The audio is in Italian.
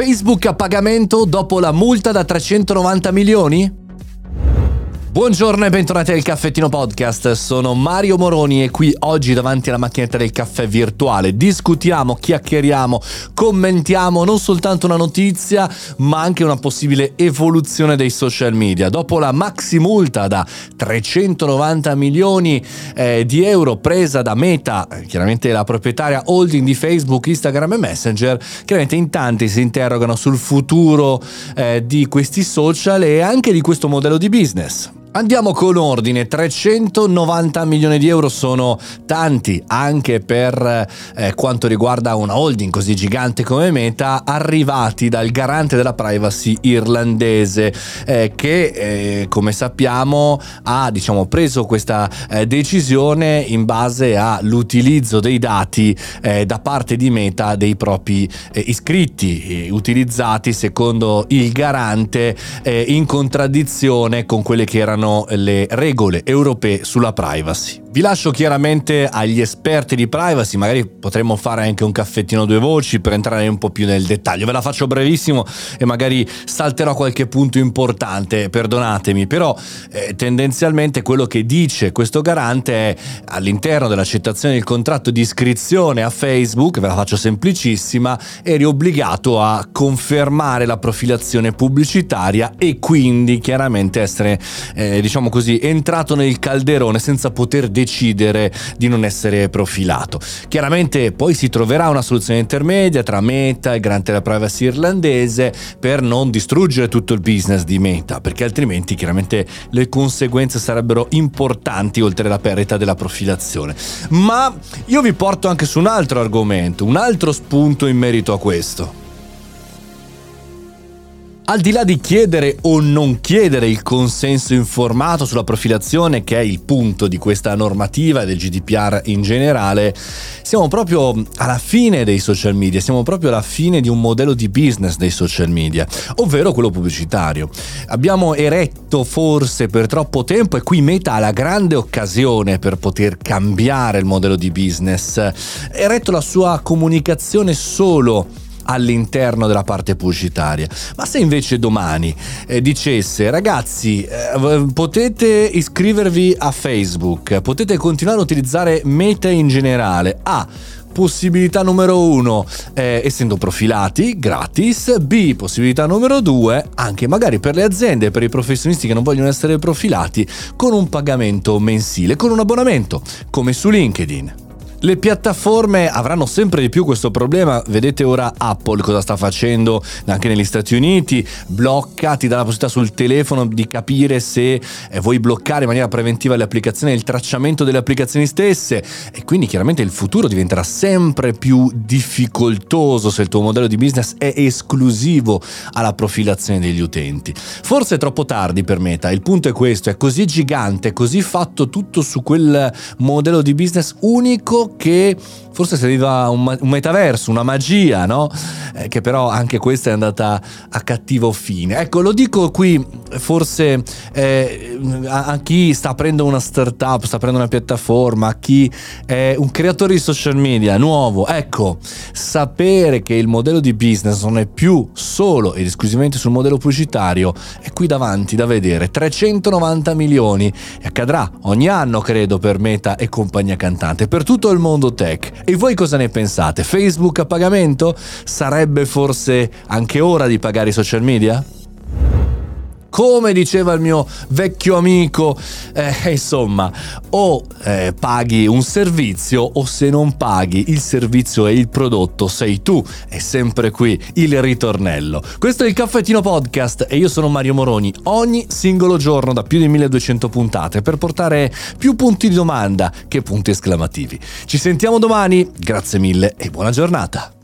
Facebook a pagamento dopo la multa da 390 milioni? Buongiorno e bentornati al Caffettino Podcast, sono Mario Moroni e qui oggi davanti alla macchinetta del caffè virtuale discutiamo, chiacchieriamo, commentiamo non soltanto una notizia ma anche una possibile evoluzione dei social media. Dopo la maxi multa da 390 milioni di euro presa da Meta, chiaramente la proprietaria holding di Facebook, Instagram e Messenger, chiaramente in tanti si interrogano sul futuro di questi social e anche di questo modello di business. Andiamo con ordine. 390 milioni di euro sono tanti anche per quanto riguarda una holding così gigante come Meta, arrivati dal garante della privacy irlandese che come sappiamo ha preso questa decisione in base all'utilizzo dei dati da parte di Meta dei propri iscritti utilizzati secondo il garante in contraddizione con quelle che erano le regole europee sulla privacy. Vi lascio chiaramente agli esperti di privacy, magari potremmo fare anche un caffettino a due voci per entrare un po' più nel dettaglio. Ve la faccio brevissimo e magari salterò qualche punto importante, perdonatemi, però tendenzialmente quello che dice questo garante è all'interno dell'accettazione del contratto di iscrizione a Facebook, ve la faccio semplicissima, eri obbligato a confermare la profilazione pubblicitaria e quindi chiaramente essere entrato nel calderone senza poter decidere di non essere profilato. Chiaramente poi si troverà una soluzione intermedia tra Meta e il garante della privacy irlandese per non distruggere tutto il business di Meta, perché altrimenti chiaramente le conseguenze sarebbero importanti oltre alla perdita della profilazione. Ma io vi porto anche su un altro argomento, un altro spunto in merito a questo. Al di là di chiedere o non chiedere il consenso informato sulla profilazione, che è il punto di questa normativa e del GDPR in generale, siamo proprio alla fine dei social media, siamo proprio alla fine di un modello di business dei social media, ovvero quello pubblicitario. Abbiamo eretto forse per troppo tempo, e qui Meta ha la grande occasione per poter cambiare il modello di business, eretto la sua comunicazione solo all'interno della parte pubblicitaria. Ma se invece domani dicesse ragazzi potete iscrivervi a Facebook, potete continuare a utilizzare Meta in generale, possibilità numero 1 essendo profilati gratis, B possibilità numero 2 anche magari per le aziende e per i professionisti che non vogliono essere profilati con un pagamento mensile, con un abbonamento come su LinkedIn. Le piattaforme avranno sempre di più questo problema. Vedete ora Apple cosa sta facendo anche negli Stati Uniti, blocca, ti dà la possibilità sul telefono di capire se vuoi bloccare in maniera preventiva le applicazioni, il tracciamento delle applicazioni stesse, e quindi chiaramente il futuro diventerà sempre più difficoltoso se il tuo modello di business è esclusivo alla profilazione degli utenti. Forse è troppo tardi per Meta, il punto è questo, è così gigante, così fatto tutto su quel modello di business unico che forse serviva un metaverso, una magia, no? Che però anche questa è andata a cattivo fine. Ecco, lo dico qui forse a chi sta aprendo una startup, sta aprendo una piattaforma, a chi è un creatore di social media nuovo. Ecco, sapere che il modello di business non è più solo ed esclusivamente sul modello pubblicitario è qui davanti da vedere. 390 milioni e accadrà ogni anno, credo, per Meta e compagnia cantante, per tutto il mondo tech. E voi cosa ne pensate? Facebook a pagamento? Sarebbe forse anche ora di pagare i social media? Come diceva il mio vecchio amico, insomma, o paghi un servizio o se non paghi il servizio e il prodotto sei tu. È sempre qui il ritornello. Questo è il Caffettino Podcast e io sono Mario Moroni, ogni singolo giorno da più di 1200 puntate per portare più punti di domanda che punti esclamativi. Ci sentiamo domani, grazie mille e buona giornata.